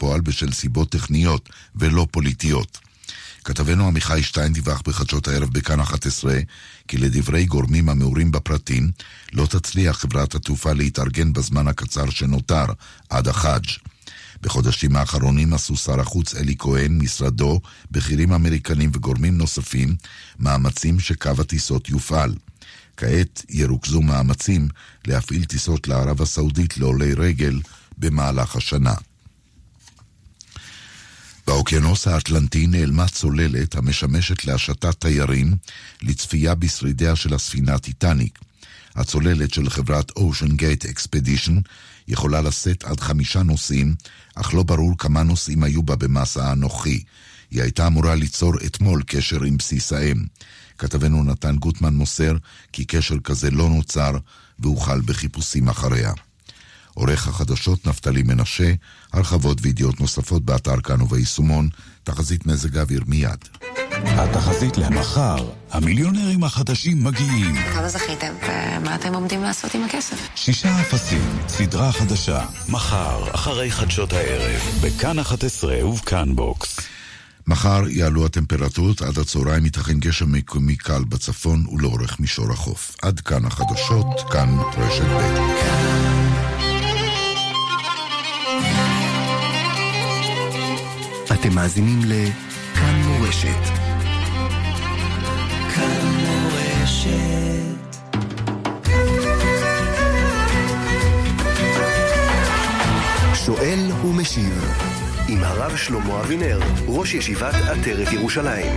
לפועל בשל סיבות טכניות ולא פוליטיות. כתבנו עמיחי שטיין דיווח בחדשות הערב בכאן 11 כי לדברי גורמים המעורים בפרטים לא תצליח חברת התעופה להתארגן בזמן הקצר שנותר עד החאג'. בחודשים האחרונים עשו שר החוץ אלי כהן, משרדו, בכירים אמריקנים וגורמים נוספים מאמצים שקו הטיסות יופעל. כעת ירוכזו מאמצים להפעיל טיסות לערב הסעודית לעולי רגל במהלך השנה. באוקיינוס האטלנטי נעלמה צוללת המשמשת להשטת תיירים לצפייה בשרידיה של הספינה טיטניק. הצוללת של חברת Ocean Gate Expedition יכולה לשאת עד 5 נוסעים, אך לא ברור כמה נוסעים היו בה במסע הנוכחי. היא הייתה אמורה ליצור אתמול קשר עם בסיס האם. כתבנו נתן גוטמן מוסר כי קשר כזה לא נוצר והוחל בחיפושים אחריה. עורך החדשות נפתלי מנשה, הרחבות וידיעות נוספות באתר כאן וביישומון, תחזית מזג האוויר מיד. התחזית למחר, המיליונרים החדשים מגיעים. כמה זכיתם ומה אתם עומדים לעשות עם הכסף? 6 אפסים, סדרה חדשה, מחר, אחרי חדשות הערב, בכאן 11 ובכאן בוקס. מחר יעלו הטמפרטורות, עד הצהריים ייתכן גשם מקומי קל בצפון ולאורך מישור החוף. עד כאן החדשות, כאן רשת ב'. אתם מאזינים לכאן מורשת. כאן מורשת. שואל ומשיב עם הרב שלמה אבינר, ראש ישיבת עטרת ירושלים.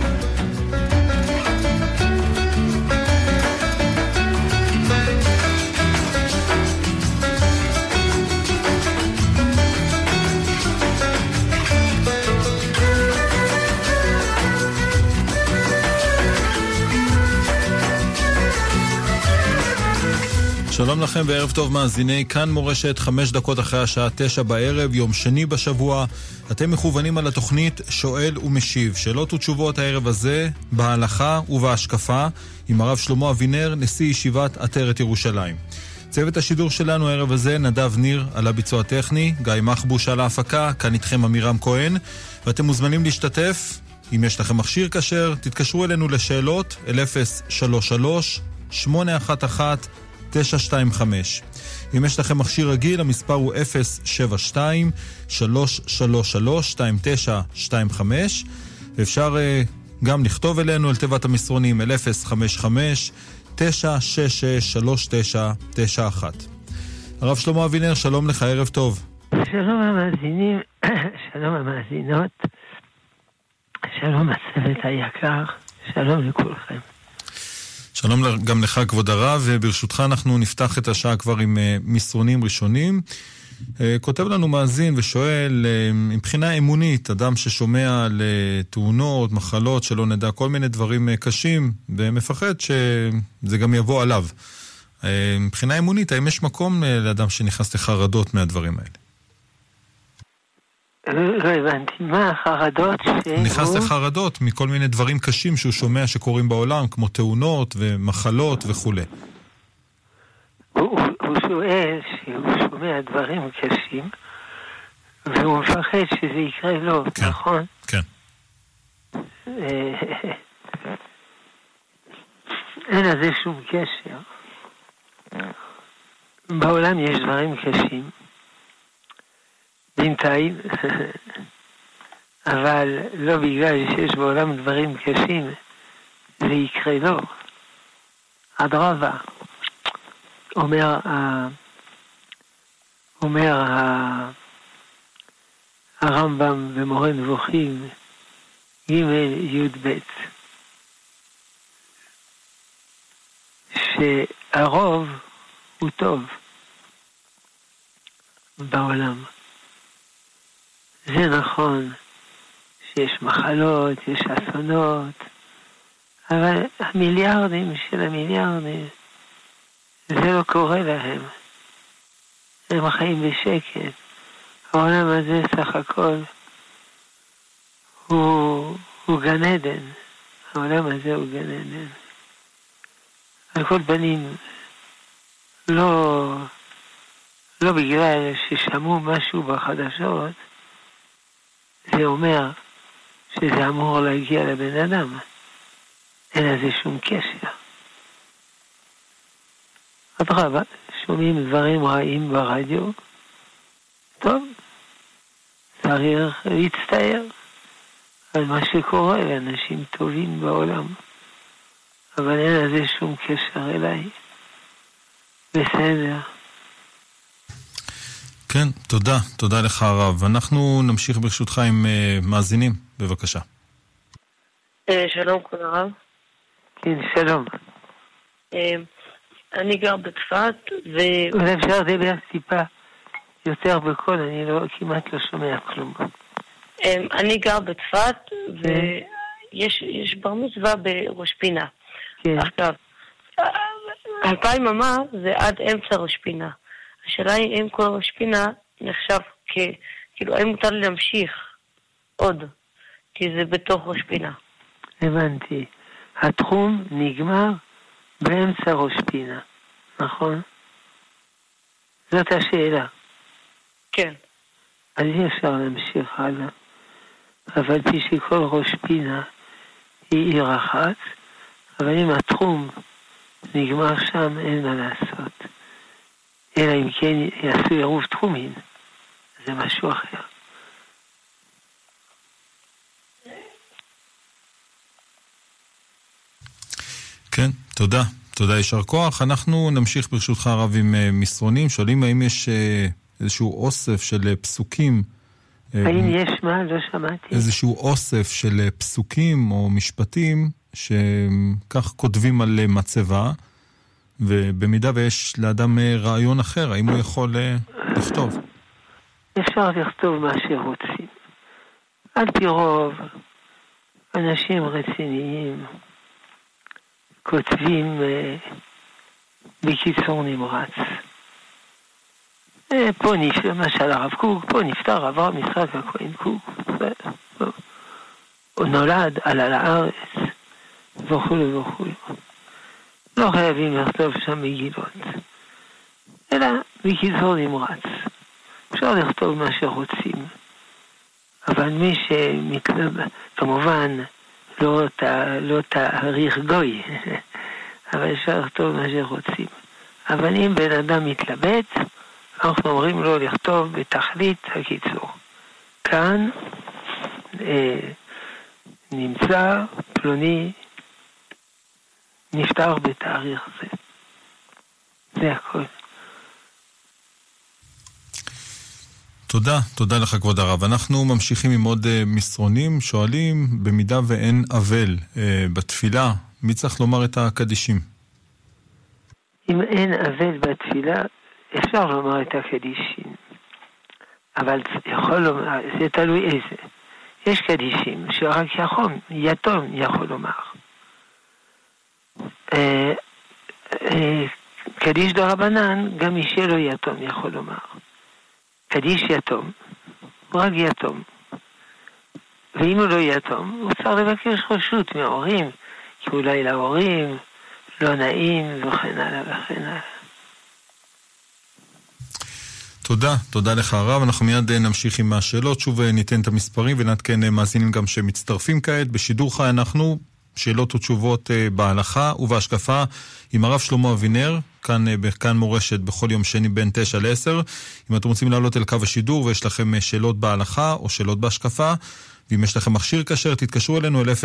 שלום לכם וערב טוב מאזיני כאן מורשת, 5 דקות אחרי השעה 9 בערב, יום שני בשבוע. אתם מכוונים על התוכנית שואל ומשיב, שאלות ותשובות הערב הזה בהלכה ובהשקפה עם הרב שלמה אבינר, נשיא ישיבת עטרת ירושלים. צוות השידור שלנו הערב הזה, נדב ניר על הביצוע הטכני, גיא מחבוש על ההפקה, כאן איתכם אמירם כהן, ואתם מוזמנים להשתתף. אם יש לכם מכשיר כשר, תתקשרו אלינו לשאלות 033-811-925. אם יש לכם מכשיר רגיל, המספר הוא 072-333-2925. ואפשר גם לכתוב אלינו אל תיבת המסרונים 055-966-3991. הרב שלמה אבינר, שלום לך, ערב טוב. שלום המאזינים, שלום המאזינות, שלום הצוות היקר, שלום לכולכם. שלום גם לך כבוד הרב, וברשותך אנחנו נפתח את השעה כבר עם מסרונים ראשונים. כותב לנו מאזין ושואל, מבחינה אמונית, אדם ששומע על תאונות, מחלות, שלא נדע כל מיני דברים קשים, ומפחד שזה גם יבוא עליו. מבחינה אמונית, האם יש מקום לאדם שנכנס לחרדות מהדברים האלה? לא הבנתי, מה החרדות? נכנס לחרדות מכל מיני דברים קשים שהוא שומע שקורים בעולם, כמו תאונות ומחלות וכו'. הוא שואל שהוא שומע דברים קשים, והוא מפחד שזה יקרה לו, כן, נכון? כן. אין לזה שום קשר. בעולם יש דברים קשים. בינתיים, אבל לא בגלל שיש בעולם דברים קשים, זה יקרה לו. אדרבה, אומר הרמב"ם במורה נבוכים, ג' י' ב', שהרוב הוא טוב בעולם. זה נכון שיש מחלות, יש אסונות, אבל המיליארדים של המיליארדים, זה לא קורה להם. הם חיים בשקט. העולם הזה סך הכל הוא גן עדן. העולם הזה הוא גן עדן. על כל פנים, לא בגלל ששמעו משהו בחדשות, זה אומר שזה אמור להגיע לבן אדם. אין לזה שום קשר. אדרבה, שומעים דברים רעים ברדיו, טוב, צריך להצטער על מה שקורה לאנשים טובים בעולם. אבל אין לזה שום קשר אליי. בסדר. כן, תודה. תודה לך הרב. אנחנו נמשיך ברשותך עם מאזינים. בבקשה. שלום כבוד הרב. כן, שלום. אני גר בצפת אולי אפשר לדבר טיפה יותר בקול, אני כמעט לא שומע כלום. אני גר בצפת ויש בר מצווה בראש פינה. כן. עכשיו, 2000 אמה זה עד אמצע ראש פינה. השאלה היא אם כל ראש פינה נחשב כאילו האם מותר לי להמשיך עוד, כי זה בתוך ראש פינה. הבנתי. התחום נגמר באמצע ראש פינה, נכון? זאת השאלה. כן. אז אי אפשר להמשיך הלאה. אבל פי שכל ראש פינה היא עיר אחת, אבל אם התחום נגמר שם, אין מה לעשות. אלא אם כן יעשו עירוב תחומים. זה משהו אחר. כן, תודה. תודה, ישר כוח. אנחנו נמשיך ברשותך הרב עם מסרונים. שואלים האם יש איזשהו אוסף של פסוקים. האם יש מה? לא שמעתי. איזשהו אוסף של פסוקים או משפטים שכך כותבים על מצבה, ובמידה ויש לאדם רעיון אחר, האם הוא יכול לכתוב? אפשר לכתוב מה שרוצים. על פי רוב, אנשים רציניים כותבים בקיצור נמרץ. פה נפטר, למשל הרב קוק, פה נפטר אברהם יצחק הכהן קוק. הוא נולד, עלה לארץ, וכו' וכו'. לא חייבים לכתוב שם מגילות, אלא בקיצור נמרץ. אפשר לכתוב מה שרוצים. אבל מי שמתלבט, כמובן, לא תאריך גוי, אבל אפשר לכתוב מה שרוצים. אבל אם בן אדם מתלבט, אנחנו אומרים לו לכתוב בתכלית הקיצור. כאן נמצא פלוני נפטר בתאריך זה. זה הכל. תודה, תודה לך כבוד הרב. אנחנו ממשיכים עם עוד מסרונים. שואלים, במידה ואין אבל בתפילה, מי צריך לומר את הקדישים? אם אין אבל בתפילה, אפשר לומר את הקדישים. אבל יכול לומר, זה תלוי איזה. יש קדישים שרק יתום יכול לומר. קדיש דרבנן, גם מי שלא יתום יכול לומר. קדיש יתום, רק יתום. ואם הוא לא יתום, הוא צריך לבקש רשות מההורים, כי אולי להורים לא נעים וכן הלאה וכן הלאה. תודה, תודה לך הרב. אנחנו מיד נמשיך עם השאלות, שוב ניתן את המספרים ונתקן מאזינים גם שמצטרפים כעת. בשידור חי אנחנו שאלות ותשובות בהלכה ובהשקפה עם הרב שלמה אבינר, כאן מורשת בכל יום שני בין 9 ל-10. אם אתם רוצים לעלות אל קו השידור ויש לכם שאלות בהלכה או שאלות בהשקפה, ואם יש לכם מכשיר כשר, תתקשרו אלינו אל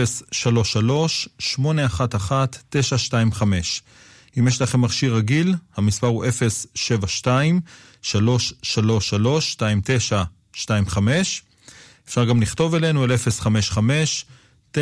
033-811-925. אם יש לכם מכשיר רגיל, המספר הוא 072-333-2925. אפשר גם לכתוב אלינו אל 055-966-3991.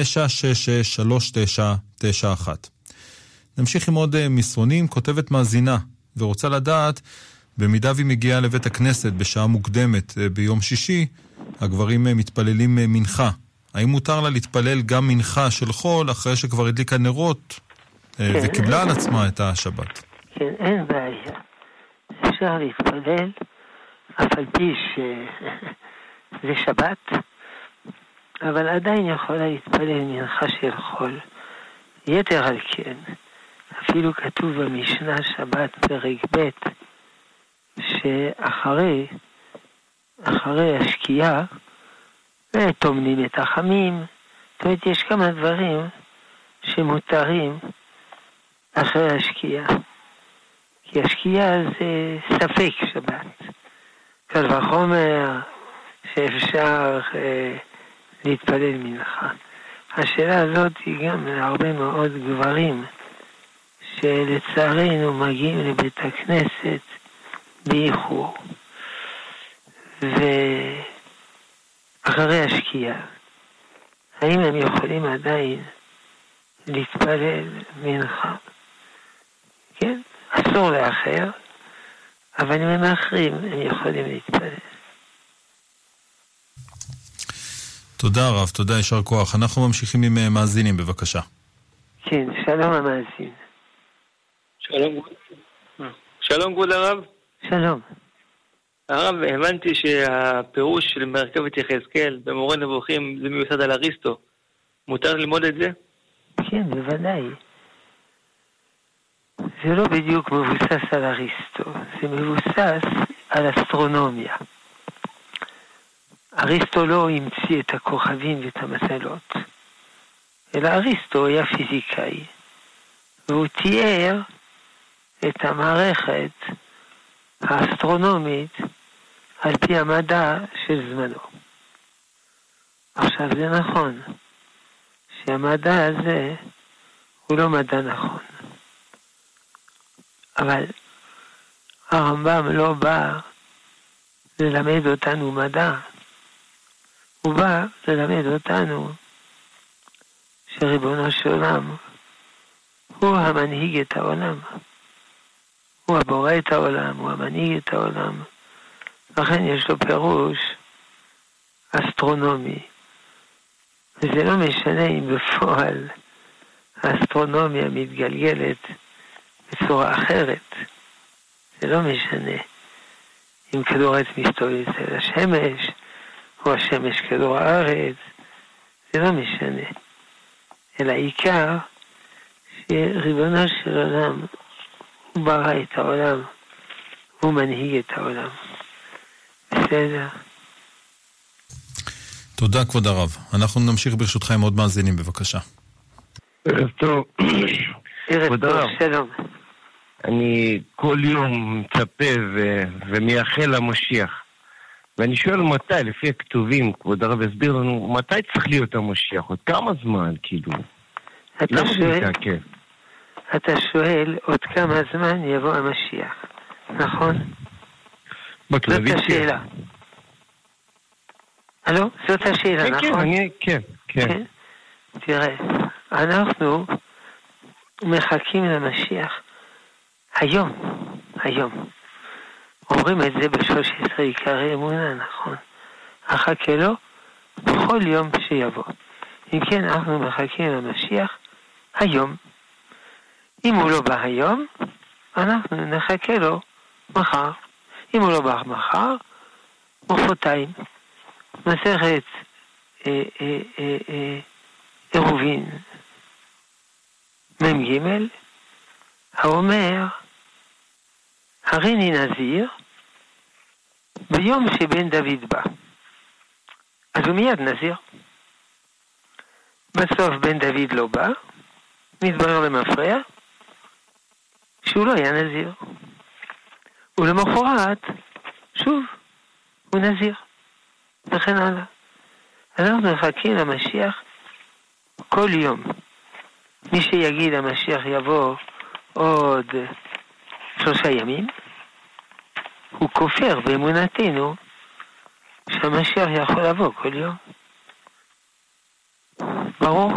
נמשיך עם עוד מסרונים. כותבת מאזינה ורוצה לדעת, במידה והיא מגיעה לבית הכנסת בשעה מוקדמת ביום שישי, הגברים מתפללים מנחה. האם מותר לה להתפלל גם מנחה של חול אחרי שכבר הדליקה נרות וקיבלה על עצמה את השבת? כן, אין בעיה. אפשר להתפלל, אף על פי שזה שבת, אבל עדיין יכולה להתפלל מנחה של חול. יתר על כן, אפילו כתוב במשנה שבת פרק ב' שאחרי השקיעה וטומנים את החמים. זאת אומרת, יש כמה דברים שמותרים אחרי השקיעה. כי השקיעה זה ספק שבת. קל וחומר שאפשר להתפלל מנחה. השאלה הזאת היא גם להרבה מאוד גברים שלצערנו מגיעים לבית הכנסת באיחור. ואחרי השקיעה, האם הם יכולים עדיין להתפלל מנחה? כן, אסור לאחר, אבל אם הם אחרים, הם יכולים להתפלל. תודה רב, תודה, ישר כוח. אנחנו ממשיכים עם מאזינים, בבקשה. כן, שלום המאזין. שלום כבוד הרב. שלום. הרב, הבנתי שהפירוש של מרכבת יחזקאל במורה נבוכים זה מיוסד על אריסטו. מותר ללמוד את זה? כן, בוודאי. זה לא בדיוק מבוסס על אריסטו, זה מבוסס על אסטרונומיה. אריסטו לא המציא את הכוכבים ואת המזלות, אלא אריסטו היה פיזיקאי, והוא תיאר את המערכת האסטרונומית על פי המדע של זמנו. עכשיו זה נכון שהמדע הזה הוא לא מדע נכון, אבל הרמב"ם לא בא ללמד אותנו מדע, הוא בא ללמד אותנו שריבונו של עולם הוא המנהיג את העולם, הוא הבורא את העולם, הוא המנהיג את העולם. לכן יש לו פירוש אסטרונומי, וזה לא משנה אם בפועל האסטרונומיה מתגלגלת בצורה אחרת. זה לא משנה אם כדור הארץ מסתובב אצל השמש או השמש כדור הארץ, זה לא משנה. אלא העיקר שריבונו של עולם הוא ברא את העולם, הוא מנהיג את העולם. בסדר. תודה כבוד הרב. אנחנו נמשיך ברשותך עם עוד מאזינים, בבקשה. ערב טוב. ערב טוב, שלום. אני כל יום מצפה ומייחל למשיח. ואני שואל מתי, לפי הכתובים, כבוד הרב הסביר לנו, מתי צריך להיות המשיח? עוד כמה זמן, כאילו? אתה שואל עוד כמה זמן יבוא המשיח, נכון? זאת השאלה. הלו? זאת השאלה, נכון? כן. תראה, אנחנו מחכים למשיח היום. אומרים את זה ב13 עיקרי אמונה, נכון? אחכה לו בכל יום שיבוא. אם כן, אנחנו מחכים למשיח היום. אם הוא לא בא היום, אנחנו נחכה לו מחר. אם הוא לא בא מחר, מחרתיים. מסכת עירובין מ"ג האומר הריני נזיר ביום שבן דוד בא. אז הוא מיד נזיר. בסוף בן דוד לא בא, מתברר למפרע שהוא לא היה נזיר. ולמחרת שוב הוא נזיר. וכן הלאה. אנחנו מחכים למשיח כל יום. מי שיגיד המשיח יבוא עוד 3 ימים, הוא כופר באמונתנו שהמשיח יכול לבוא כל יום. ברור?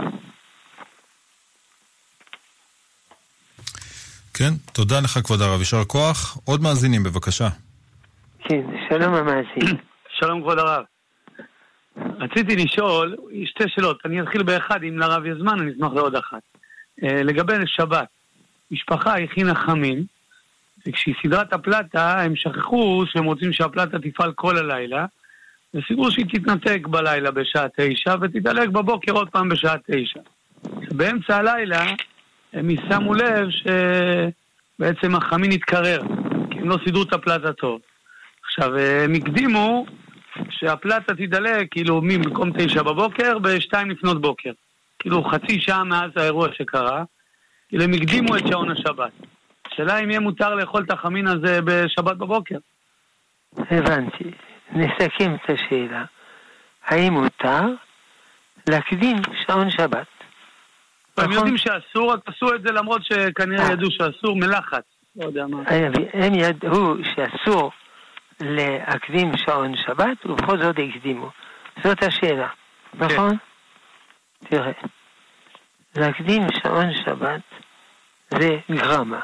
כן, תודה לך כבוד הרב, יישר כוח. עוד מאזינים, בבקשה. כן, שלום המאזין. שלום כבוד הרב. רציתי לשאול 2 שאלות. אני אתחיל באחד, אם לרב יש זמן, אני אשמח לעוד אחת. לגבי שבת, משפחה הכינה חמים, וכשהיא סדרה את הפלטה, הם שכחו שהם רוצים שהפלטה תפעל כל הלילה, וסיגרו שהיא תתנתק בלילה בשעה 9, ותתעלק בבוקר עוד פעם בשעה 9. באמצע הלילה, הם שמו לב שבעצם החמין התקרר, כי הם לא סידרו את הפלטה טוב. עכשיו, הם הקדימו שהפלטה תדלק כאילו ממקום 9 בבוקר ב-2 לפנות בוקר. כאילו חצי שעה מאז האירוע שקרה, כאילו הם הקדימו את שעון השבת. השאלה אם יהיה מותר לאכול את החמין הזה בשבת בבוקר. הבנתי. נסכם את השאלה. האם מותר להקדים שעון שבת? הם יודעים שאסור, רק עשו את זה למרות שכנראה ידעו שאסור מלחץ. לא יודע מה. הם ידעו שאסור להקדים שעון שבת, ובכל זאת הקדימו. זאת השאלה, נכון? תראה, להקדים שעון שבת זה גרמה.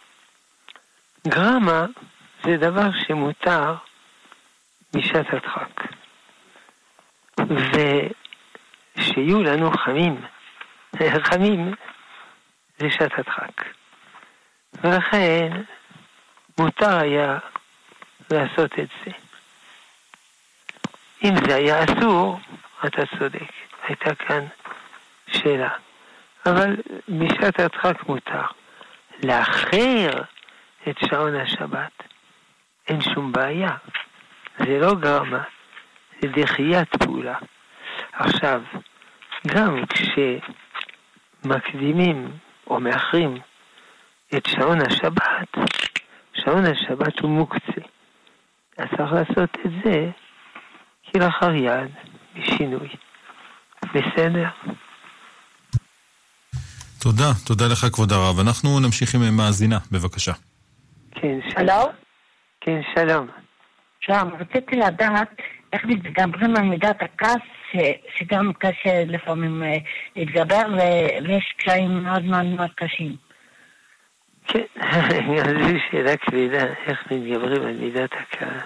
גרמה זה דבר שמותר בשעת הדחק. ושיהיו לנו חמים. חמים זה שעת הדחק. ולכן מותר היה לעשות את זה. אם זה היה אסור, אתה צודק. הייתה כאן שאלה. אבל בשעת הדחק מותר. לאחר את שעון השבת אין שום בעיה. זה לא גרמה, זה דחיית פעולה. עכשיו, גם כשמקדימים או מאחרים את שעון השבת, שעון השבת הוא מוקצה. אז צריך לעשות את זה כלאחר יד, בשינוי. בסדר? תודה לך כבוד הרב. אנחנו נמשיך עם מאזינה, בבקשה. כן, הלו? כן, שלום. שלום, רציתי לדעת איך מתגברים על מידת הכעס, שגם קשה לפעמים להתגבר, ויש קשיים מאוד מאוד מאוד קשים. כן, זו שאלה כבדה, איך מתגברים על מידת הכעס.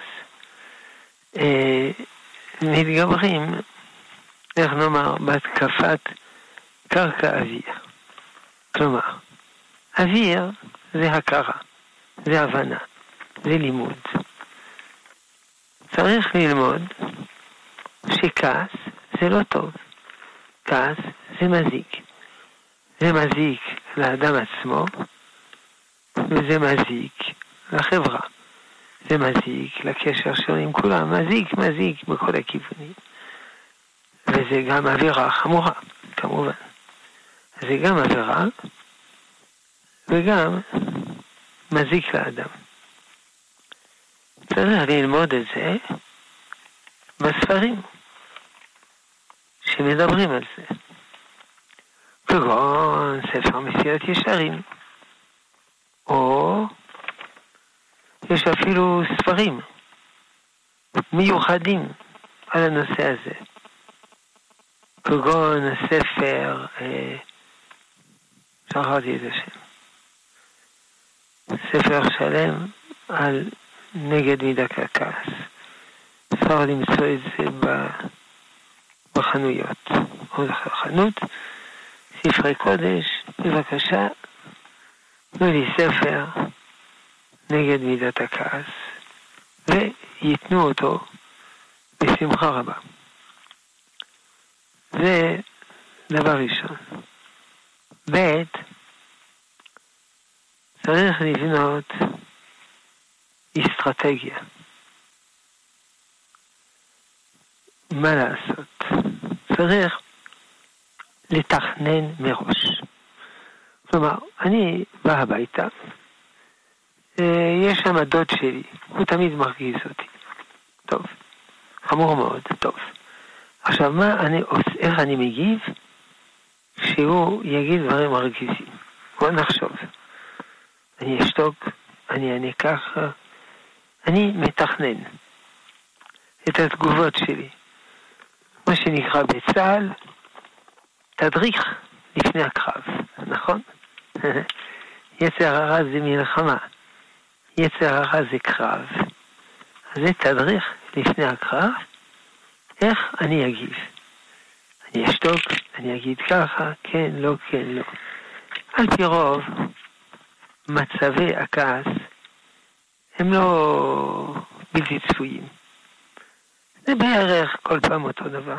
מתגברים, איך נאמר, בהתקפת קרקע אוויר. כלומר, אוויר זה הכרה, זה הבנה, זה לימוד. צריך ללמוד שכעס זה לא טוב. כעס זה מזיק. זה מזיק לאדם עצמו, וזה מזיק לחברה. זה מזיק לקשר שלו עם כולם. מזיק בכל הכיוונים. וזה גם עבירה חמורה, כמובן. זה גם עבירה, וגם מזיק לאדם. צריך ללמוד את זה בספרים שמדברים על זה. כגון ספר מסילת ישרים, או יש אפילו ספרים מיוחדים על הנושא הזה. כגון הספר, שכחתי את השם, ספר שלם על נגד מידת הכעס. אפשר למצוא את זה בחנויות או בחנות, ספרי קודש, בבקשה, תנו לי ספר נגד מידת הכעס, ויתנו אותו בשמחה רבה. זה דבר ראשון. ב', צריך לבנות אסטרטגיה. מה לעשות? צריך לתכנן מראש. כלומר, אני בא הביתה, יש שם הדוד שלי, הוא תמיד מרגיז אותי. טוב, חמור מאוד, טוב. עכשיו, איך אני מגיב? שהוא יגיד דברים מרגיזים. בוא נחשוב. אני אשתוק, אני אענה ככה, אני מתכנן את התגובות שלי. מה שנקרא בצה"ל, תדריך לפני הקרב, נכון? יצר הרע זה מלחמה, יצר הרע זה קרב. אז זה תדריך לפני הקרב, איך אני אגיב. אני אשתוק, אני אגיד ככה, כן, לא, כן, לא. על פי רוב, מצבי הכעס הם לא בלתי צפויים. זה בערך כל פעם אותו דבר.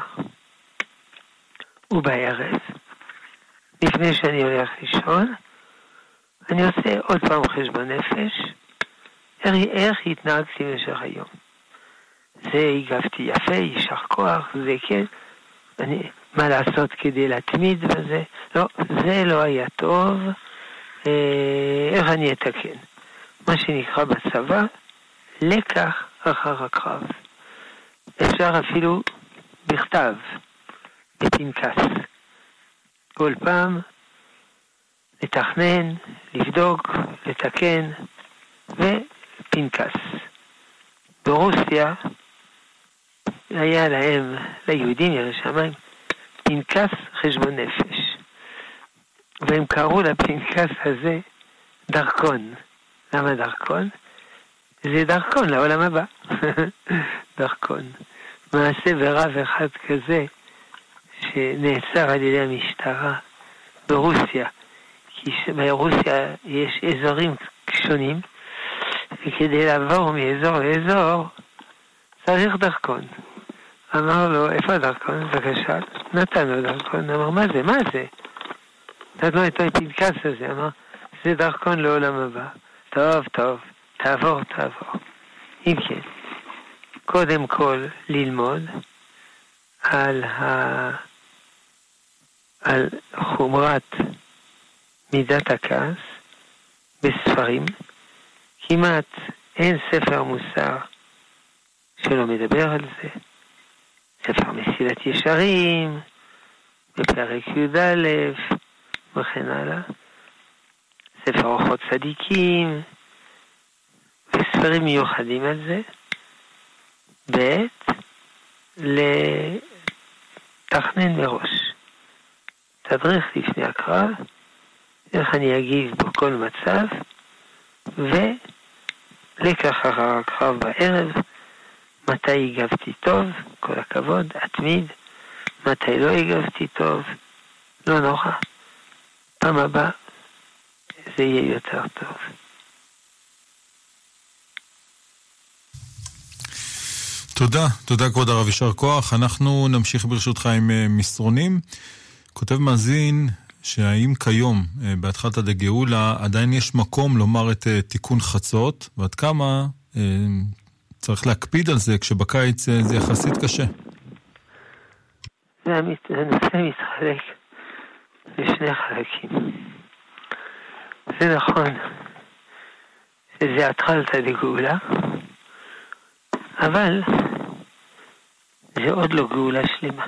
ובערב, לפני שאני הולך לישון, אני עושה עוד פעם חשבון נפש, איך התנהגתי במשך היום. זה הגבתי יפה, יישר כוח, זה כן, מה לעשות כדי להתמיד בזה? לא, זה לא היה טוב, איך אני אתקן? מה שנקרא בצבא, לקח אחר הקרב. אפשר אפילו בכתב, בפנקס. כל פעם לתכנן, לבדוק, לתקן, ופנקס. ברוסיה היה להם, ליהודים ירושלים, פנקס חשבון נפש. והם קראו לפנקס הזה דרכון. למה דרכון? זה דרכון לעולם הבא. דרכון. מעשה ברב אחד כזה שנעצר על ידי המשטרה ברוסיה. כי ברוסיה יש אזורים שונים, וכדי לעבור מאזור לאזור צריך דרכון. אמר לו, איפה הדרכון? בבקשה. נתן לו דרכון. אמר, מה זה? מה זה? נתן לו את הפנקס הזה. אמר, זה דרכון לעולם הבא. טוב, טוב. תעבור. אם כן, קודם כל ללמוד על חומרת מידת הכעס בספרים. כמעט אין ספר מוסר שלא מדבר על זה. ספר מסילת ישרים, בפרק י"א, וכן הלאה. ספר אורחות צדיקים, וספרים מיוחדים על זה. לתכנן מראש. תדריך לפני הקרב, איך אני אגיב בכל מצב, ולקח אחר הקרב בערב, מתי הגבתי טוב, כל הכבוד, התמיד, מתי לא הגבתי טוב, לא נורא. פעם הבאה זה יהיה יותר טוב. תודה כבוד הרב, יישר כוח. אנחנו נמשיך ברשותך עם מסרונים. כותב מאזין שהאם כיום בהתחלת הגאולה עדיין יש מקום לומר את תיקון חצות, ועד כמה צריך להקפיד על זה כשבקיץ זה יחסית קשה. הנושא מתחלק לשני חלקים. זה נכון שזה התחלת הגאולה, אבל זה עוד לא גאולה שלמה.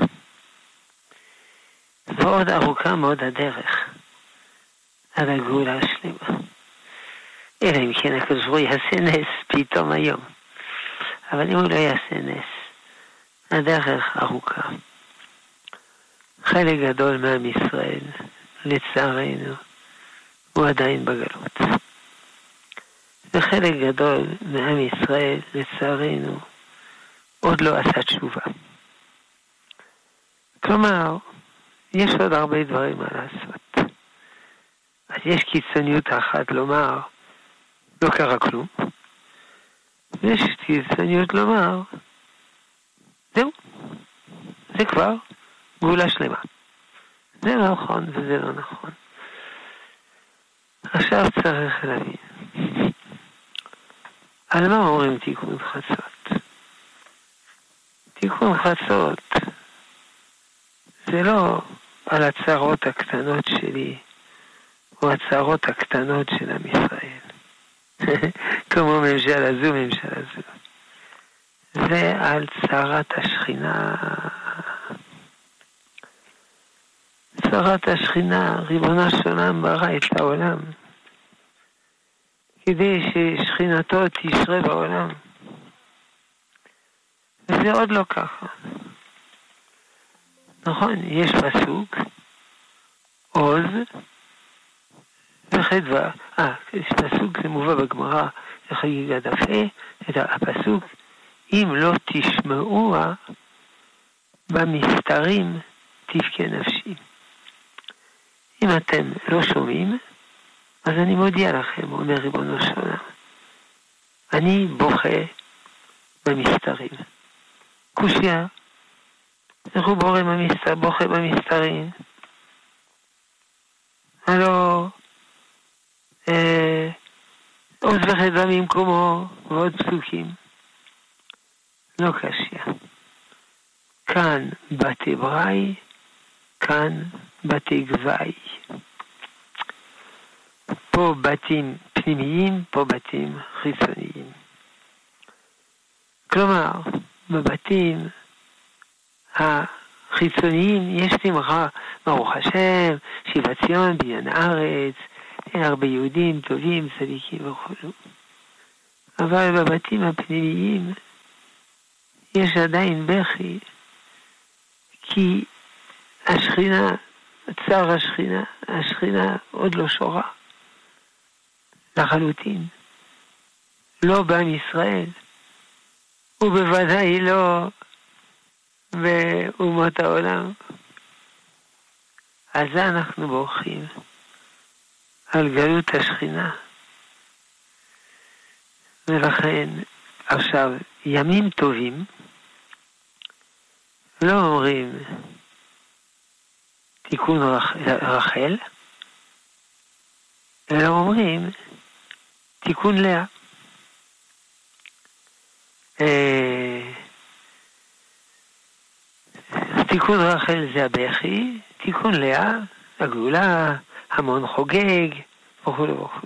ועוד ארוכה מאוד הדרך עד הגאולה השלמה. אלא אם כן הקדוש ברוך הוא יעשה נס פתאום היום. אבל אם הוא לא יעשה נס, הדרך ארוכה. חלק גדול מעם ישראל, לצערנו, הוא עדיין בגלות. וחלק גדול מעם ישראל, לצערנו, עוד לא עשה תשובה. כלומר, יש עוד הרבה דברים מה לעשות. אז יש קיצוניות אחת לומר, לא קרה כלום. ויש קיצוניות לומר, זהו, זה כבר גאולה שלמה. זה לא נכון וזה לא נכון. עכשיו צריך להבין. על מה אומרים תיקון חצות? תיקון חצות זה לא על הצערות הקטנות שלי או הצערות הקטנות של עם ישראל. כמו ממשל הזו. זה על צערת השכינה. צערת השכינה, ריבונו של עולם ברא את העולם כדי ששכינתו תשרה בעולם. וזה עוד לא ככה. נכון, יש פסוק, עוז וחדווה. יש פסוק, זה מובא בגמרא, לחגיגת דף את הפסוק, אם לא תשמעו במסתרים תבכה נפשי. אם אתם לא שומעים, אז אני מודיע לכם, אומר ריבונו של עולם, אני בוכה במסתרים. קושיה, איך הוא בוכה במסתרים? הלא, עוז וחדווה ממקומו, ועוד פסוקים. לא קשיא. כאן בתי בראי, כאן בתי גוואי. פה בתים פנימיים, פה בתים חיצוניים. כלומר, בבתים החיצוניים יש שמחה, ברוך השם, שיבת ציון, בניין הארץ, אין הרבה יהודים טובים, צדיקים וכו'. אבל בבתים הפנימיים יש עדיין בכי, כי השכינה, צער השכינה עוד לא שורה. לחלוטין. לא בעם ישראל, ובוודאי לא באומות העולם. על זה אנחנו בורחים, על גלות השכינה. ולכן עכשיו ימים טובים לא אומרים תיקון רחל, אלא אומרים תיקון לאה. תיקון רחל זה הבכי, תיקון לאה, הגאולה, המון חוגג, וכו' וכו'.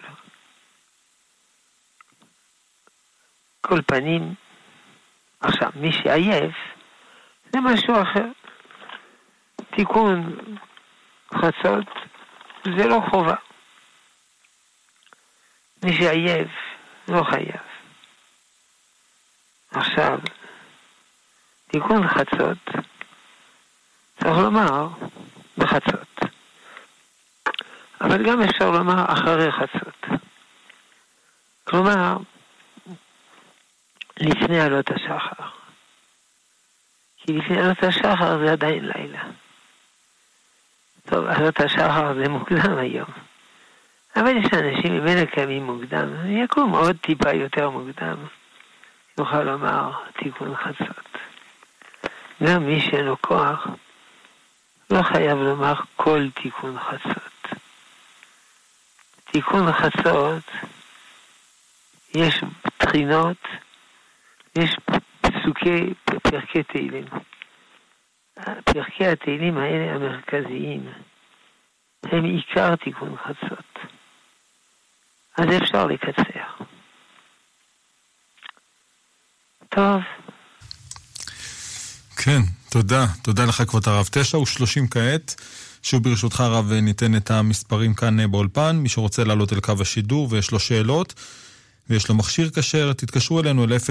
כל פנים, עכשיו, מי שעייף, זה משהו אחר. תיקון חצות, זה לא חובה. מי שעייף, לא חייב. עכשיו, תיקון חצות, צריך לומר בחצות. אבל גם אפשר לומר אחרי חצות. כלומר, לפני עלות השחר. כי לפני עלות השחר זה עדיין לילה. טוב, עלות השחר זה מוקדם היום. אבל יש אנשים ממילא קמים מוקדם. יקום עוד טיפה יותר מוקדם. יוכל לומר תיקון חצות. גם מי שאין לו כוח לא חייב לומר כל תיקון חצות. תיקון חצות יש תחינות, יש פרקי תהילים. פרקי התהילים האלה המרכזיים הם עיקר תיקון חצות. אז אפשר לקצר. טוב. כן, תודה. תודה לך כבוד הרב. 9:30 כעת. שוב ברשותך הרב ניתן את המספרים כאן באולפן. מי שרוצה לעלות אל קו השידור ויש לו שאלות ויש לו מכשיר כשר, תתקשרו אלינו אל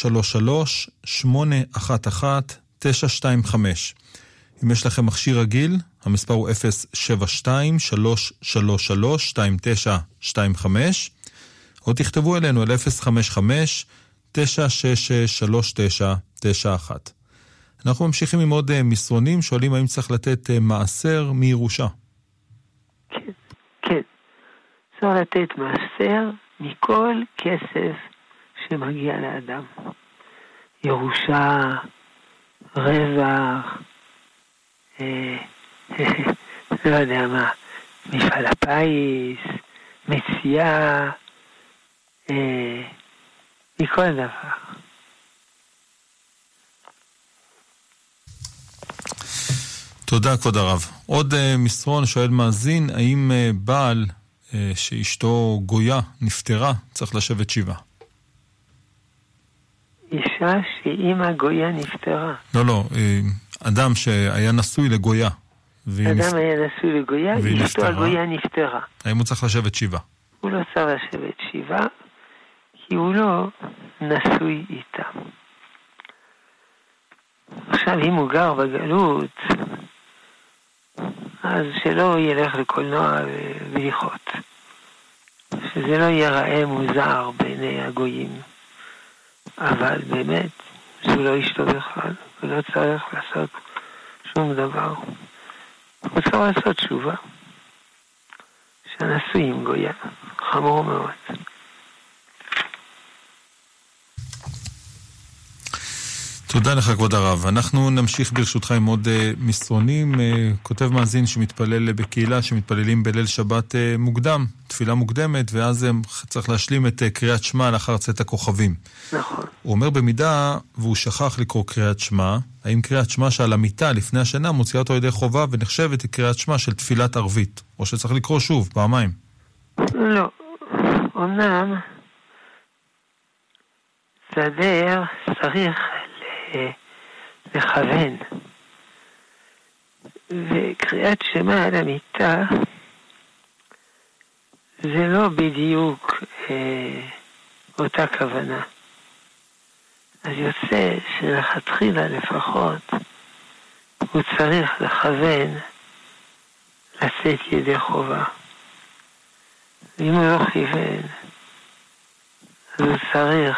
033-811-925. אם יש לכם מכשיר רגיל, המספר הוא 072-333-2925, או תכתבו אלינו אל 055-966-3991. אנחנו ממשיכים עם עוד מסרונים, שואלים האם צריך לתת מעשר מירושה. כן, כן. צריך לתת מעשר מכל כסף שמגיע לאדם. ירושה, רווח, לא יודע מה, מפעל הפיס, מציאה, מכל דבר. תודה כבוד הרב. עוד מסרון שואל מאזין, האם בעל שאשתו גויה נפטרה צריך לשבת שבעה? אישה שאימא גויה נפטרה. לא, אדם שהיה נשוי לגויה. אדם היה נשוי לגויה, אשתו הגויה נפטרה. האם הוא צריך לשבת שבעה? הוא לא צריך לשבת שבעה, כי הוא לא נשוי איתה. עכשיו אם הוא גר בגלות, אז שלא ילך לקולנוע ולכות. שזה לא ייראה מוזר בעיני הגויים. אבל באמת, זו לא אשתו בכלל, ולא צריך לעשות שום דבר. הוא צריך לעשות תשובה. שנשוי עם גויה. חמור מאוד. תודה לך כבוד הרב. אנחנו נמשיך ברשותך עם עוד מסרונים. כותב מאזין שמתפלל בקהילה שמתפללים בליל שבת מוקדם, תפילה מוקדמת, ואז צריך להשלים את קריאת שמע לאחר צאת הכוכבים. נכון. הוא אומר במידה והוא שכח לקרוא קריאת שמע, האם קריאת שמע שעל המיטה לפני השנה מוציאה אותו ידי חובה ונחשבת קריאת שמע של תפילת ערבית, או שצריך לקרוא שוב פעמיים? לא. אמנם סדר צריך לכוון, וקריאת שמע על המיטה זה לא בדיוק אותה כוונה. אז יוצא שלכתחילה לפחות הוא צריך לכוון לשאת ידי חובה. אם הוא לא כיוון, אז הוא צריך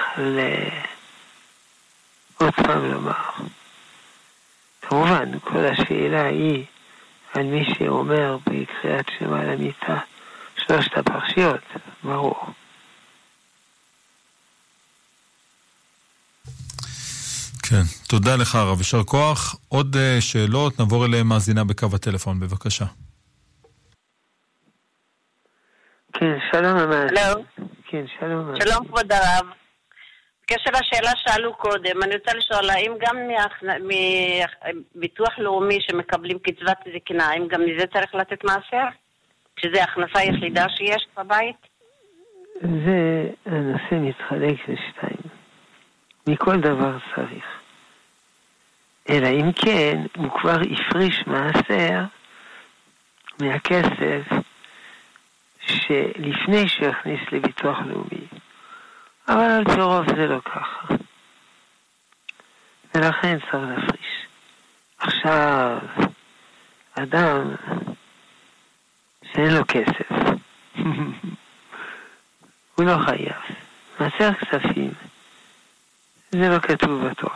עוד פעם לומר. כמובן, כל השאלה היא על מי שאומר בקריאת שמע על המיטה 3 הפרשיות, ברור. כן, תודה לך הרב, יישר כוח. עוד שאלות, נעבור אליהם מאזינה בקו הטלפון, בבקשה. כן, שלום המאזין. שלום. כן, שלום. שלום כבוד הרב. בקשר לשאלה שאלו קודם, אני רוצה לשאול, האם גם מביטוח לאומי שמקבלים קצבת זקנה, האם גם מזה צריך לתת מעשר? שזה הכנסה היחידה שיש בבית? זה הנושא מתחלק לשתיים. מכל דבר צריך. אלא אם כן, הוא כבר הפריש מעשר מהכסף שלפני שהכניס לביטוח לאומי. אבל על פי רוב זה לא ככה. ולכן צריך להפריש. עכשיו, אדם שאין לו כסף, הוא לא חייב. מעשר כספים, זה לא כתוב בתורה.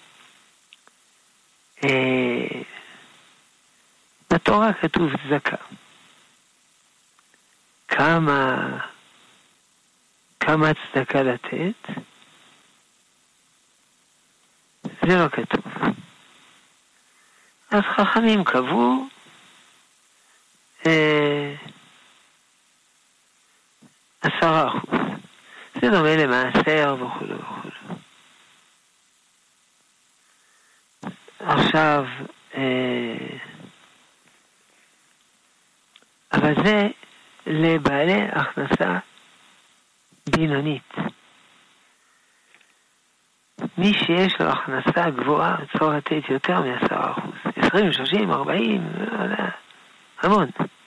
בתורה כתוב צדקה. כמה צדקה לתת? זה לא כתוב. אז חכמים קבעו 10%. זה דומה למעשר וכו' וכו'. עכשיו, אבל זה לבעלי הכנסה בינונית. מי שיש לו הכנסה גבוהה צריך לתת יותר מ10%. 20, 30, 40, לא יודע, המון.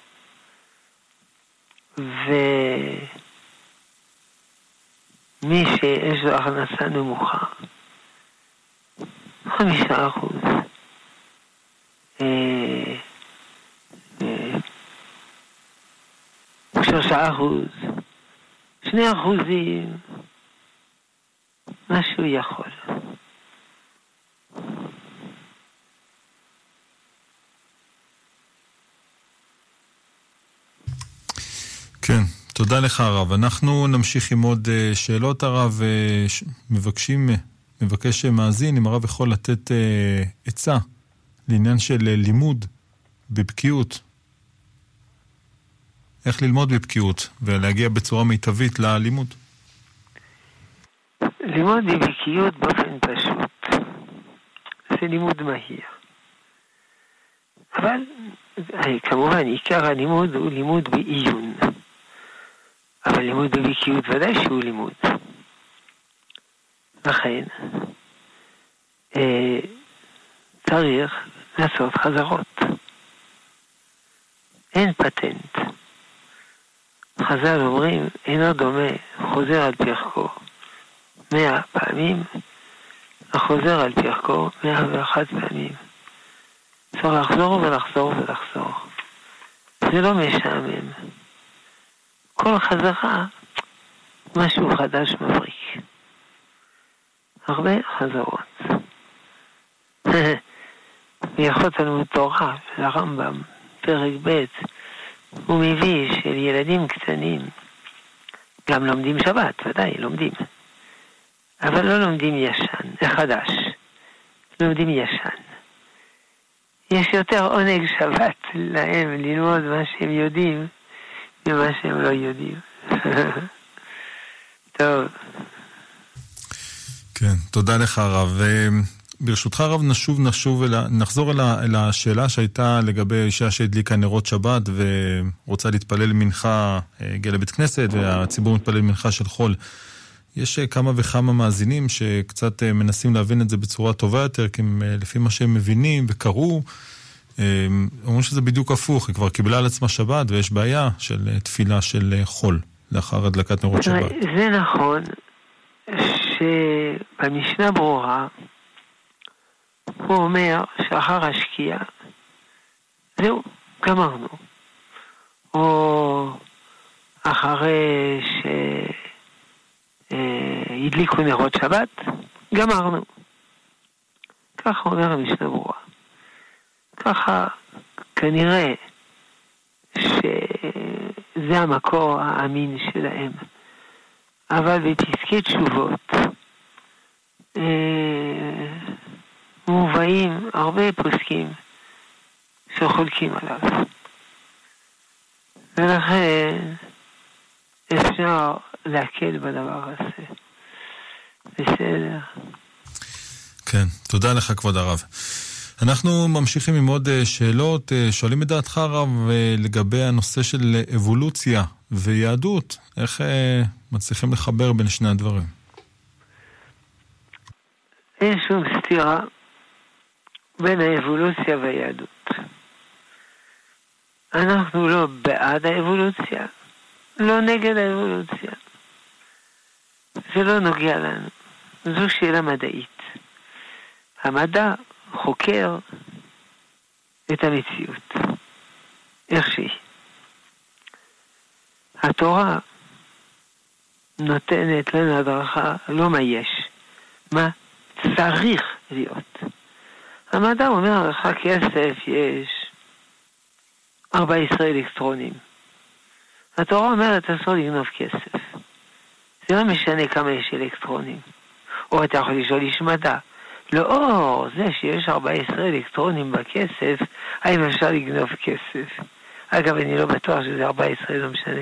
ומי שיש לו הכנסה נמוכה, 5%. 3%. 2%. מה שהוא יכול. כן, תודה לך הרב. אנחנו נמשיך עם עוד שאלות הרב. מבקש מאזין אם הרב יכול לתת עצה לעניין של לימוד בבקיאות. איך ללמוד בבקיאות ולהגיע בצורה מיטבית ללימוד? לימוד בבקיאות באופן פשוט. זה לימוד מהיר. אבל כמובן עיקר הלימוד הוא לימוד בעיון. אבל לימוד בבקיאות ודאי שהוא לימוד. לכן צריך לעשות חזרות. אין פטנט. חז"ל אומרים, אינו דומה חוזר על פרקו 100 פעמים, החוזר על פרקו 101 פעמים. צריך לחזור ולחזור ולחזור. זה לא משעמם. כל חזרה, משהו חדש מבריק. הרבה חזרות. בהלכות תלמוד תורה של הרמב"ם, פרק ב', הוא מביא של ילדים קטנים, גם לומדים שבת, ודאי לומדים, אבל לא לומדים ישן, חדש. לומדים ישן. יש יותר עונג שבת להם ללמוד מה שהם יודעים ממה שהם לא יודעים. טוב. כן, תודה לך רב. ברשותך רב נחזור אל השאלה שהייתה לגבי אישה שהדליקה נרות שבת ורוצה להתפלל מנחה, הגיעה לבית כנסת והציבור מתפלל מנחה של חול. יש כמה וכמה מאזינים שקצת מנסים להבין את זה בצורה טובה יותר, כי לפי מה שהם מבינים וקראו, אומרים שזה בדיוק הפוך, היא כבר קיבלה על עצמה שבת ויש בעיה של תפילה של חול לאחר הדלקת נרות שבת. זה נכון שבמשנה ברורה הוא אומר שאחר השקיעה זהו, גמרנו. או אחרי שהדליקו נרות שבת, גמרנו. ככה אומר המשנה ברורה. ככה כנראה שזה המקור האמין שלהם. אבל בפסקי תשובות מובאים הרבה פוסקים שחולקים עליו. ולכן אפשר להקל בדבר הזה. בסדר. כן, תודה לך כבוד הרב. אנחנו ממשיכים עם עוד שאלות. שואלים את דעתך רב לגבי הנושא של אבולוציה ויהדות. איך מצליחים לחבר בין שני הדברים? אין שום סתירה בין האבולוציה והיהדות. אנחנו לא בעד האבולוציה, לא נגד האבולוציה. זה לא נוגע לנו. זו שאלה מדעית. המדע חוקר את המציאות, איך שהיא. התורה נותנת לנו הדרכה, לא מה יש, מה צריך להיות. המדע אומר לך כסף יש 14 אלקטרונים. התורה אומרת אסור לגנוב כסף. זה לא משנה כמה יש אלקטרונים. או אתה יכול לשאול איש מדע. לאור זה שיש 14 אלקטרונים בכסף, האם אפשר לגנוב כסף? אגב, אני לא בטוח שזה 14, לא משנה.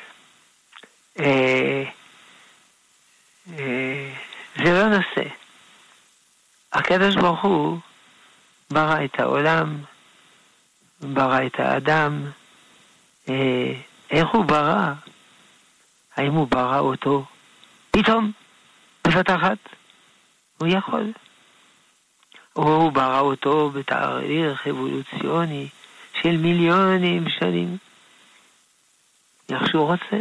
זה לא נושא. הקדוש ברוך הוא ברא את העולם, ברא את האדם. איך הוא ברא? האם הוא ברא אותו פתאום, בבת אחת? הוא יכול. או הוא ברא אותו בתהליך אבולוציוני של מיליונים שנים. איך שהוא רוצה.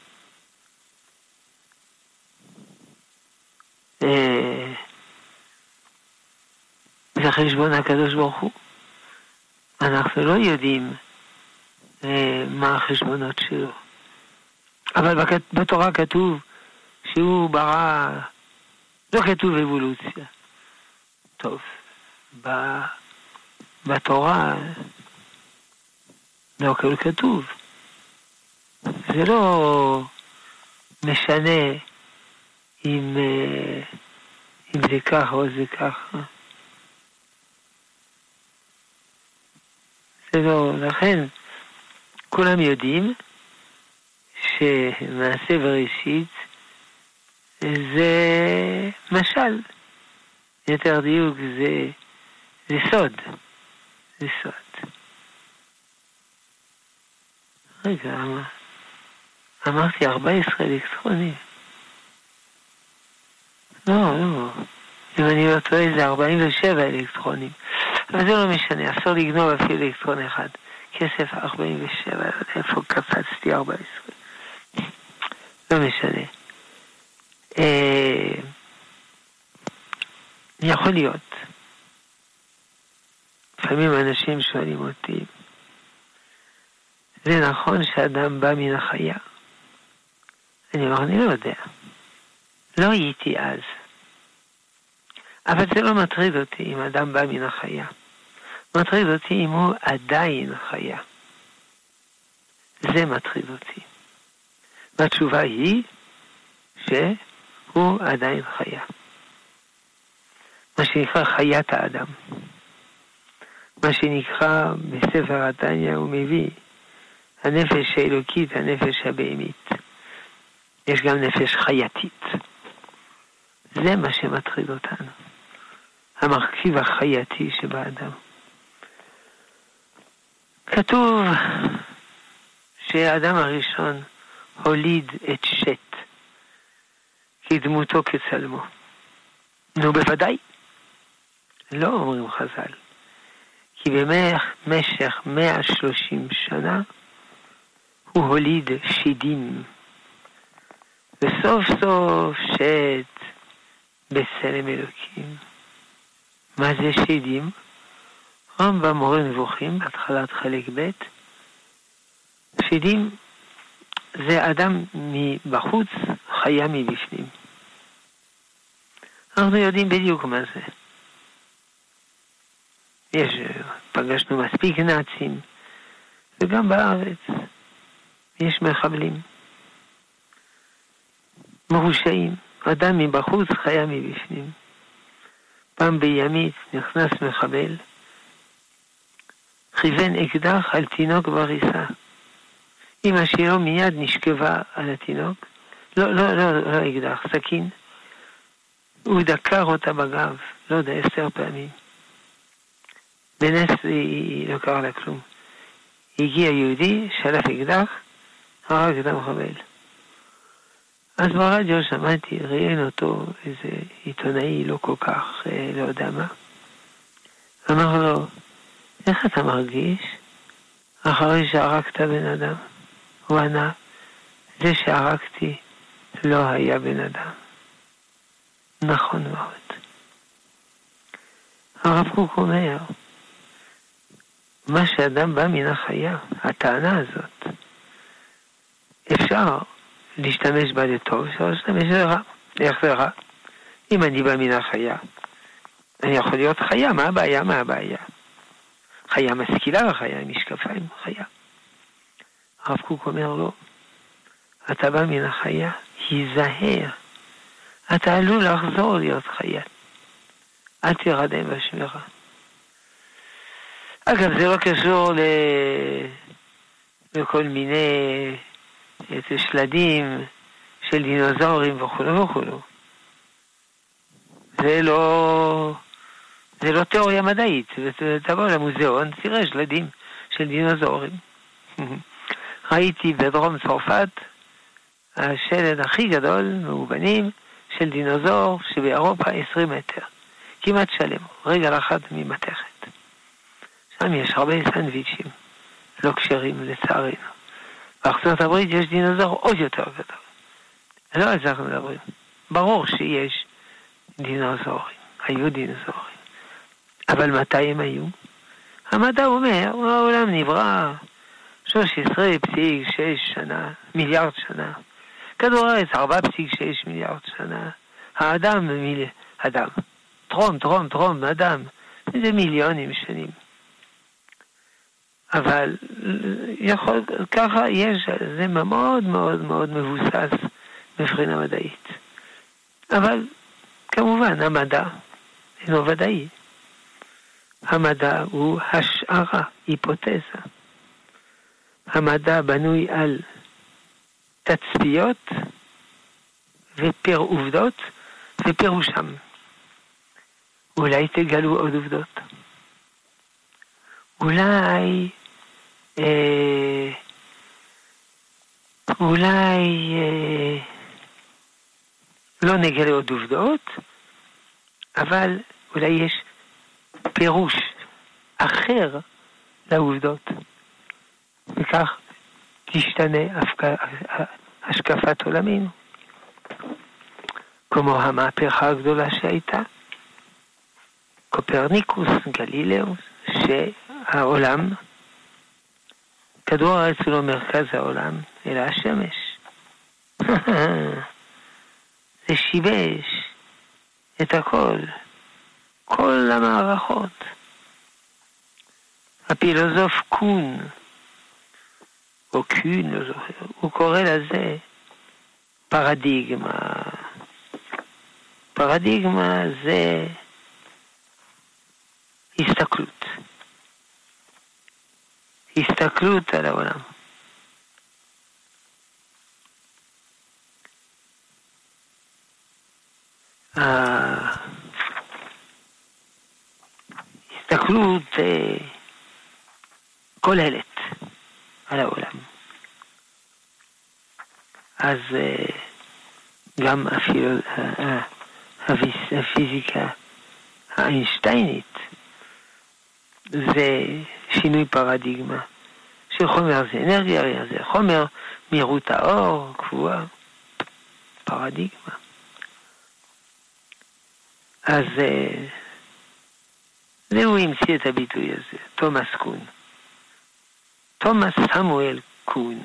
זה חשבון הקדוש ברוך הוא. אנחנו לא יודעים מה החשבונות שלו. אבל בתורה כתוב שהוא ברא, לא כתוב אבולוציה. טוב, בתורה לא הכל כתוב. זה לא משנה אם זה ככה או זה ככה. זה לא, לכן כולם יודעים שמעשה בראשית זה משל. יותר דיוק זה סוד. זה סוד. רגע, אמרתי 14 אלקטרונים. לא. אם אני לא טועה זה 47 אלקטרונים. אבל זה לא משנה, אסור לגנוב אפילו אלקטרון אחד. כסף 47, איפה קפצתי 14? לא משנה. יכול להיות. לפעמים אנשים שואלים אותי, זה נכון שאדם בא מן החיה? אני אומר, אני לא יודע. לא הייתי אז. אבל זה לא מטריד אותי אם אדם בא מן החיה. מטריד אותי אם הוא עדיין חיה. זה מטריד אותי. והתשובה היא שהוא עדיין חיה. מה שנקרא חיית האדם. מה שנקרא בספר התניא הוא מביא הנפש האלוקית, הנפש הבהמית. יש גם נפש חייתית. זה מה שמטריד אותנו. המרכיב החייתי שבאדם. כתוב שהאדם הראשון הוליד את שת, כדמותו כצלמו. נו בוודאי. לא אומרים חז"ל. כי במשך 130 שנה הוא הוליד שדים. וסוף סוף שת בצלם אלוקים. מה זה שדים? רמב"ם מורה נבוכים, בהתחלת חלק ב', שדים זה אדם מבחוץ, חיה מבפנים. אנחנו יודעים בדיוק מה זה. פגשנו מספיק נאצים, וגם בארץ יש מחבלים. מרושעים, אדם מבחוץ, חיה מבפנים. פעם בימית נכנס מחבל, כיוון אקדח על תינוק בריסה. אמא שלו מיד נשכבה על התינוק, לא אקדח, סכין. הוא דקר אותה בגב, לא יודע, 10 פעמים. בנס היא לא קרה לה כלום. הגיע יהודי, שלף אקדח, הרג את המחבל. אז ברדיו שמעתי, ראיין אותו איזה עיתונאי לא כל כך, לא יודע מה. אמר לו, איך אתה מרגיש אחרי שהרגת בן אדם? הוא ענה, זה שהרגתי לא היה בן אדם. נכון מאוד. הרב קוק אומר, מה שאדם בא מן החיה, הטענה הזאת, אפשר להשתמש בה לטוב, אפשר להשתמש לרע. איך זה רע? אם אני בא מן החיה, אני יכול להיות חיה, מה הבעיה? מה הבעיה? חיה משכילה, חיה עם משקפיים, חיה. הרב קוק אומר לו, אתה בא מן החיה, היזהר. אתה עלול לחזור להיות חיה. אל תירדם בשמירה. אגב, זה לא קשור לכל מיני שלדים של דינוזאורים וכו' וכו'. זה לא תיאוריה מדעית. תבוא למוזיאון, תראה שלדים של דינוזאורים. ראיתי בדרום צרפת השלד הכי גדול, מאובנים, של דינוזאור שבאירופה 20 מטר. כמעט שלם, רגל אחת ממתכת. שם יש הרבה סנדוויצ'ים, לא כשרים לצערנו. בארצות הברית יש דינוזאור עוד יותר גדול. לא על זה אנחנו מדברים. ברור שיש דינוזאורים, היו דינוזאורים. אבל מתי הם היו? המדע אומר, העולם נברא 13.6 מיליארד שנה. כדור הארץ 4.6 מיליארד שנה. האדם, טרום, אדם, זה מיליונים שנים. אבל ככה יש, זה מאוד מאוד מאוד מבוסס מבחינה מדעית. אבל כמובן המדע אינו ודאי. המדע הוא השערה, היפותזה. המדע בנוי על תצפיות עובדות ופירושם. אולי תגלו עוד עובדות. אולי לא נגלה עוד עובדות, אבל אולי יש פירוש אחר לעובדות. וכך תשתנה השקפת עולמנו. כמו המהפכה הגדולה שהייתה. קופרניקוס, גלילאוס, שהעולם, כדור הארץ הוא לא מרכז העולם, אלא השמש. זה שיבש את הכל, כל המערכות. הפילוסוף קון, או קון, לא זוכר, הוא קורא לזה פרדיגמה. פרדיגמה זה הסתכלות. הסתכלות על העולם. הסתכלות כוללת על העולם. אז גם אפילו הפיזיקה האיינשטיינית זה שינוי פרדיגמה. שחומר זה אנרגיה, זה חומר, מהירות האור, קבועה, פרדיגמה. אז הוא המציא את הביטוי הזה, תומאס קון. תומאס סמואל קון.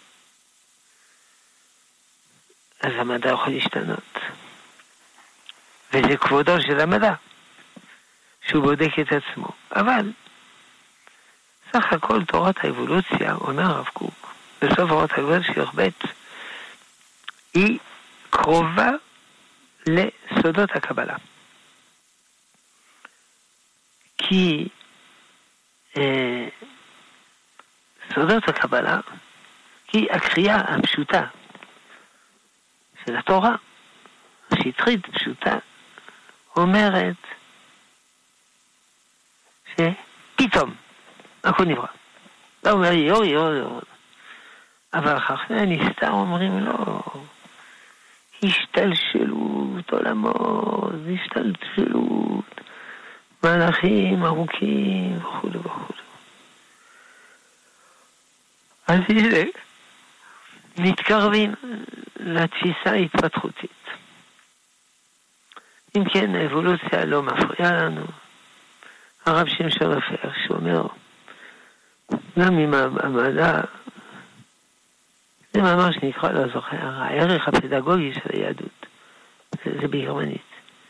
אז המדע יכול להשתנות. וזה כבודו של המדע, שהוא בודק את עצמו. אבל סך הכל תורת האבולוציה, אומר הרב קוק, בסוף תורת האבולוציה של ב' היא קרובה לסודות הקבלה. כי סודות הקבלה היא הקריאה הפשוטה של התורה, השטחית פשוטה, אומרת שפתאום הכל נברא. לא אומר יור. אבל חכמי הנסתר אומרים לא. השתלשלות עולמות, השתלשלות, מהלכים ארוכים וכו'. אז הנה, מתקרבים לתפיסה ההתפתחותית. אם כן, האבולוציה לא מפריעה לנו. הרב שמשון רפאל שאומר, גם עם המדע, זה ממש נקרא, לא זוכר, הערך הפדגוגי של היהדות. זה בגרמנית.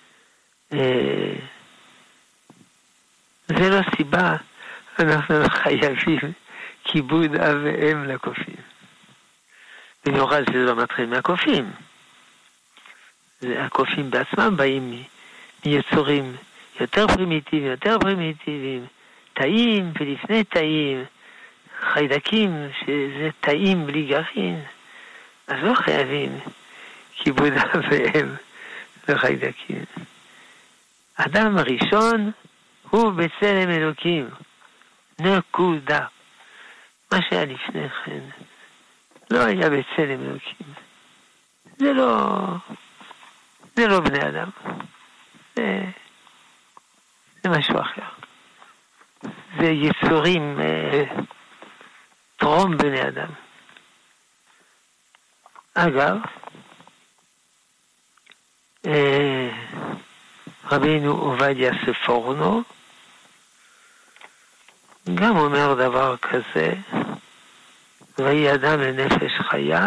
זה לא סיבה, אנחנו חייבים כיבוד אב ואם לקופים. במיוחד שזה לא מתחיל מהקופים. הקופים בעצמם באים מיצורים יותר פרימיטיביים, תאים ולפני תאים, חיידקים שזה תאים בלי גרעין, אז לא חייבים כיבוד אב ואם לחיידקים. אדם הראשון הוא בצלם אלוקים, נקודה. מה שהיה לפני כן לא היה בצלם אלוקים. זה לא בני אדם. זה משהו אחר. זה יצורים טרום בני אדם. אגב, רבינו עובדיה ספורנו גם אומר דבר כזה, ויהי אדם לנפש חיה.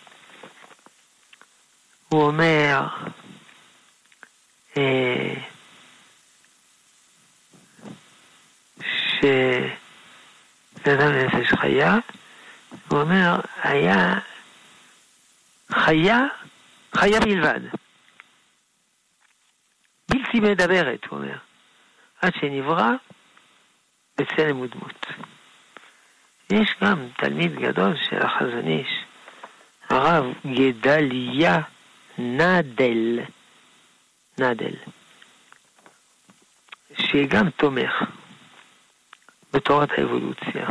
הוא אומר שאדם לנפש חיה, הוא אומר היה חיה בלבד, בלתי מדברת, הוא אומר, עד שנברא בצלם ודמות. יש גם תלמיד גדול של החזון איש, הרב גדליה נדל, שגם תומך בתורת האבולוציה.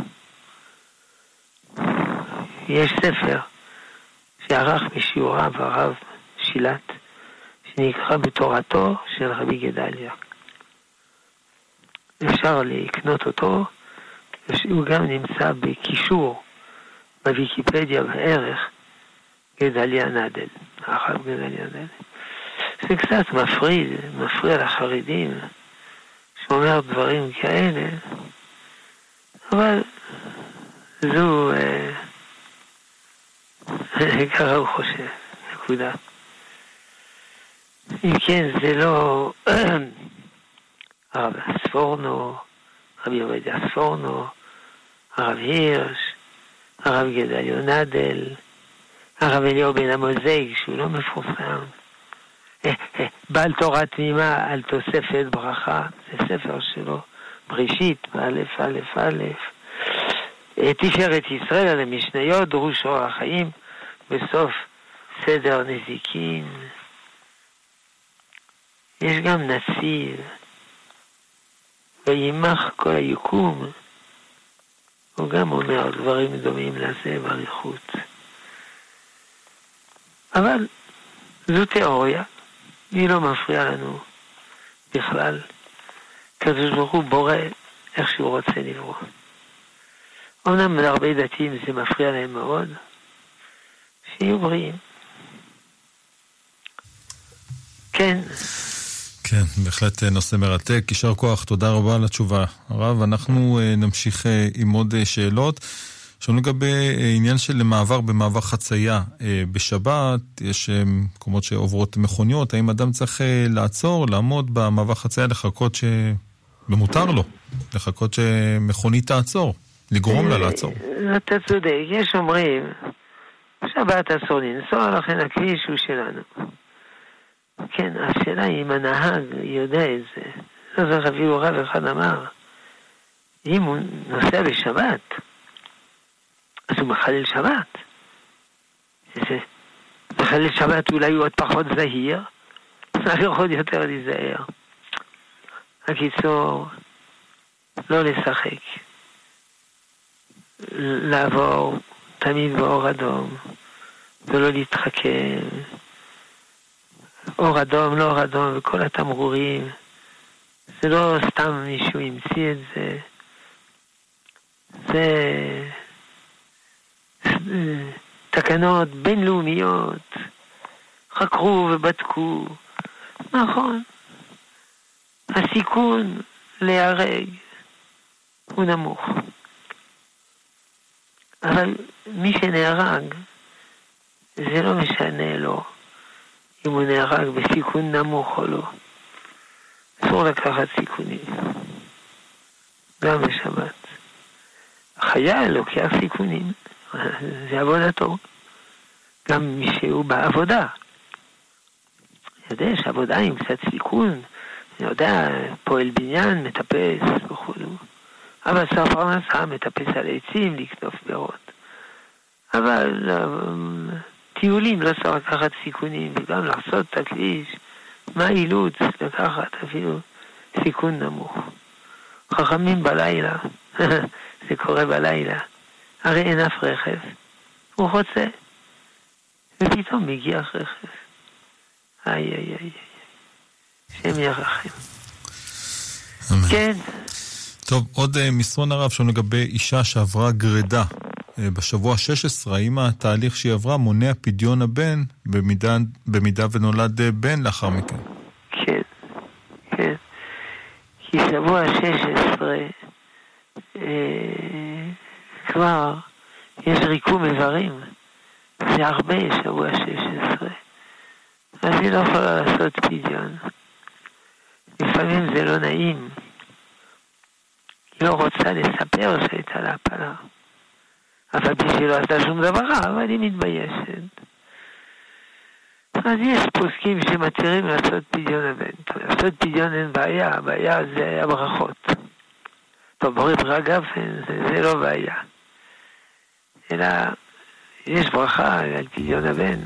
יש ספר שערך בשיעוריו הרב שילת, שנקרא בתורתו של רבי גדליה. אפשר לקנות אותו, הוא גם נמצא בקישור בוויקיפדיה בערך גדליה נדל, הרב גדליה נדל. זה קצת מפריע לחרדים, שאומר דברים כאלה, אבל זו ככה הוא חושב, נקודה. אם כן, זה לא הרב ספורנו, רבי עובדיה ספורנו, הרב הירש, הרב גדליה נדל, הרב אליהו בן המוזג, שהוא לא מפורסם, בעל תורה תמימה על תוספת ברכה, זה ספר שלו, בראשית, באלף, אלף, אלף. תפארת ישראל על המשניות, דרוש אור החיים, בסוף סדר נזיקין. יש גם נציב, וימח כל היקום. הוא גם אומר דברים דומים לזה בעריכות. אבל זו תיאוריה, היא לא מפריעה לנו בכלל. הקדוש ברוך הוא בורא איך שהוא רוצה לברוא. אמנם להרבה דתיים זה מפריע להם מאוד, שיהיו בריאים. כן. כן, בהחלט נושא מרתק. יישר כוח, תודה רבה על התשובה. הרב, אנחנו נמשיך עם עוד שאלות. עכשיו לגבי עניין של מעבר במעבר חצייה בשבת, יש מקומות שעוברות מכוניות, האם אדם צריך לעצור, לעמוד במעבר חצייה, לחכות במותר לו, לחכות שמכונית תעצור, לגרום לה לעצור? אתה צודק, יש אומרים, שבת אסור לנסוע, לכן הכביש הוא שלנו. כן, השאלה היא אם הנהג יודע את זה. אז אפילו רב אחד אמר, אם הוא נוסע בשבת, אז הוא מחלל שבת. מחלל שבת אולי הוא עוד פחות זהיר, צריך עוד יותר להיזהר. הקיצור, לא לשחק. לעבור תמיד באור אדום, ולא להתחכם. אור אדום, לא אור אדום, וכל התמרורים. זה לא סתם מישהו המציא את זה. זה תקנות בינלאומיות. חקרו ובדקו. נכון. הסיכון להיהרג הוא נמוך. אבל מי שנהרג, זה לא משנה לו אם הוא נהרג בסיכון נמוך או לא. אסור לקחת סיכונים. גם בשבת. החייל לוקח סיכונים. זה עבודתו. גם מי שהוא בעבודה. יודע שעבודה עם קצת סיכון, אני יודע, פועל בניין, מטפס וכו'. אבל סוף פרנסה מטפס על עצים, לקטוף פירות. אבל טיולים לא צריך לקחת סיכונים, וגם לחצות את הכביש. מה אילוץ לקחת אפילו סיכון נמוך. חכמים בלילה, זה קורה בלילה, הרי אין אף רכב, הוא חוצה, ופתאום מגיע רכב. איי איי איי, שם ירחם. כן. טוב, עוד מסרון הרב שם לגבי אישה שעברה גרדה בשבוע 16, האם התהליך שהיא עברה מונע פדיון הבן במידה ונולד בן לאחר מכן? כן, כן. כי שבוע 16 כבר יש ריקום איברים. זה הרבה שבוע 16. אז היא לא יכולה לעשות פדיון. לפעמים זה לא נעים. היא לא רוצה לספר שהייתה להפלה. אבל בשביל לא עשתה שום דבר רע, אבל היא מתביישת. אז יש פוסקים שמתירים לעשות פדיון הבן. לעשות פדיון אין בעיה, הבעיה זה הברכות. טוב, בורא ברגב זה לא בעיה. אלא יש ברכה על פדיון הבן.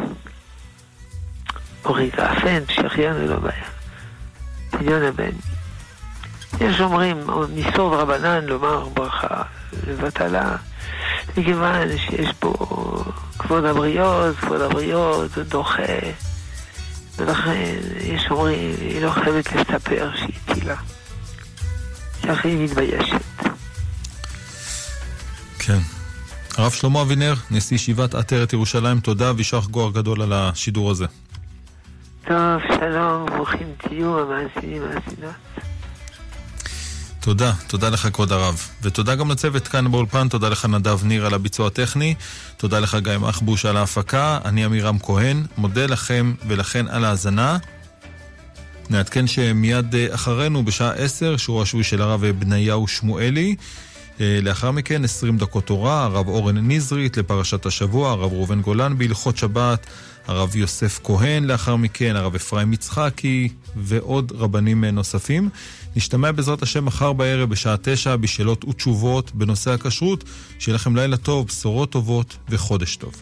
בורא גרפן, שחיין זה לא בעיה. פדיון הבן. יש אומרים, מסוד רבנן לומר ברכה לבטלה, מכיוון שיש פה כבוד הבריות, דוחה, ולכן יש אומרים, היא לא חייבת לספר שהיא טילה. כך היא מתביישת. כן. הרב שלמה אבינר, נשיא ישיבת עטרת ירושלים, תודה וישר גואר גדול על השידור הזה. טוב, שלום, ברוכים תהיו המאזינים והמאזינות. תודה לך כבוד הרב. ותודה גם לצוות כאן באולפן, תודה לך נדב ניר על הביצוע הטכני, תודה לך גיא מחבוש על ההפקה, אני אמירם כהן, מודה לכם ולכן על ההאזנה. נעדכן שמיד אחרינו בשעה 10, שיעור השבועי של הרב בניהו שמואלי, לאחר מכן 20 דקות תורה, הרב אורן נזרית לפרשת השבוע, הרב ראובן גולן בהלכות שבת, הרב יוסף כהן, לאחר מכן הרב אפרים יצחקי ועוד רבנים נוספים. נשתמע בעזרת השם מחר בערב בשעה 9 בשאלות ותשובות בנושא הכשרות. שיהיה לכם לילה טוב, בשורות טובות וחודש טוב.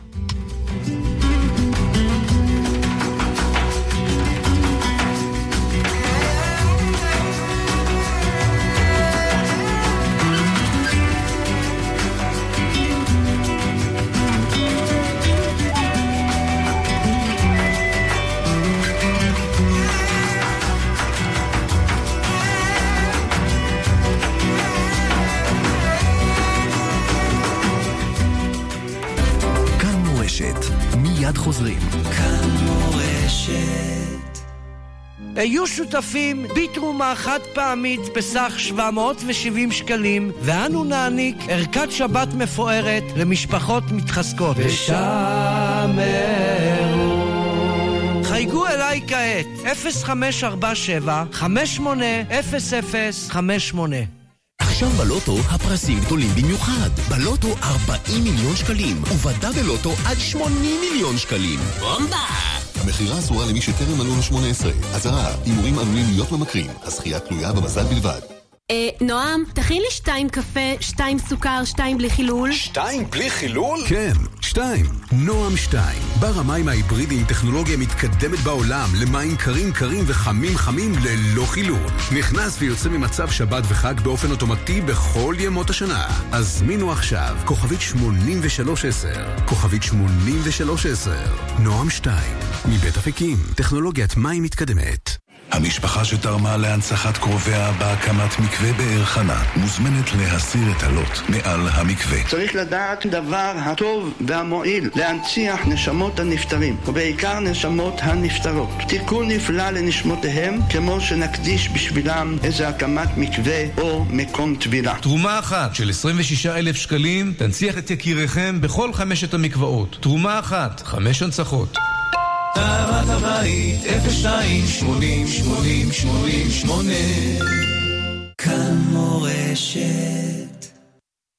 מיד חוזרים. כאן מורשת. היו שותפים בתרומה חד פעמית בסך 770 שקלים, ואנו נעניק ערכת שבת מפוארת למשפחות מתחזקות. ושמרו. חייגו אליי כעת 0547 580058. עכשיו בלוטו הפרסים גדולים במיוחד. בלוטו 40 מיליון שקלים, ובדה בלוטו עד 80 מיליון שקלים. בומבה! המחירה אסורה למי שטרם מלאו לו 18. אזהרה, הימורים עלולים להיות ממכרים. הזכייה תלויה במזל בלבד. נועם, תכין לי 2 קפה, 2 סוכר, 2 בלי חילול. 2 בלי חילול? כן, 2. נועם 2. בר המים ההיברידי עם טכנולוגיה מתקדמת בעולם למים קרים וחמים ללא חילול. נכנס ויוצא ממצב שבת וחג באופן אוטומטי בכל ימות השנה. הזמינו עכשיו, כוכבית 8310. כוכבית 8310. נועם 2. מבית אפיקים, טכנולוגיית מים מתקדמת. המשפחה שתרמה להנצחת קרוביה בהקמת מקווה באר חנה מוזמנת להסיר את הלוט מעל המקווה. צריך לדעת דבר הטוב והמועיל להנציח נשמות הנפטרים, ובעיקר נשמות הנפטרות. תיקון נפלא לנשמותיהם, כמו שנקדיש בשבילם איזה הקמת מקווה או מקום טבילה. תרומה אחת של 26,000 שקלים תנציח את יקיריכם בכל 5 המקוואות. תרומה אחת, 5 הנצחות. טהרת הבית 02 80 80 88. כאן מורשת.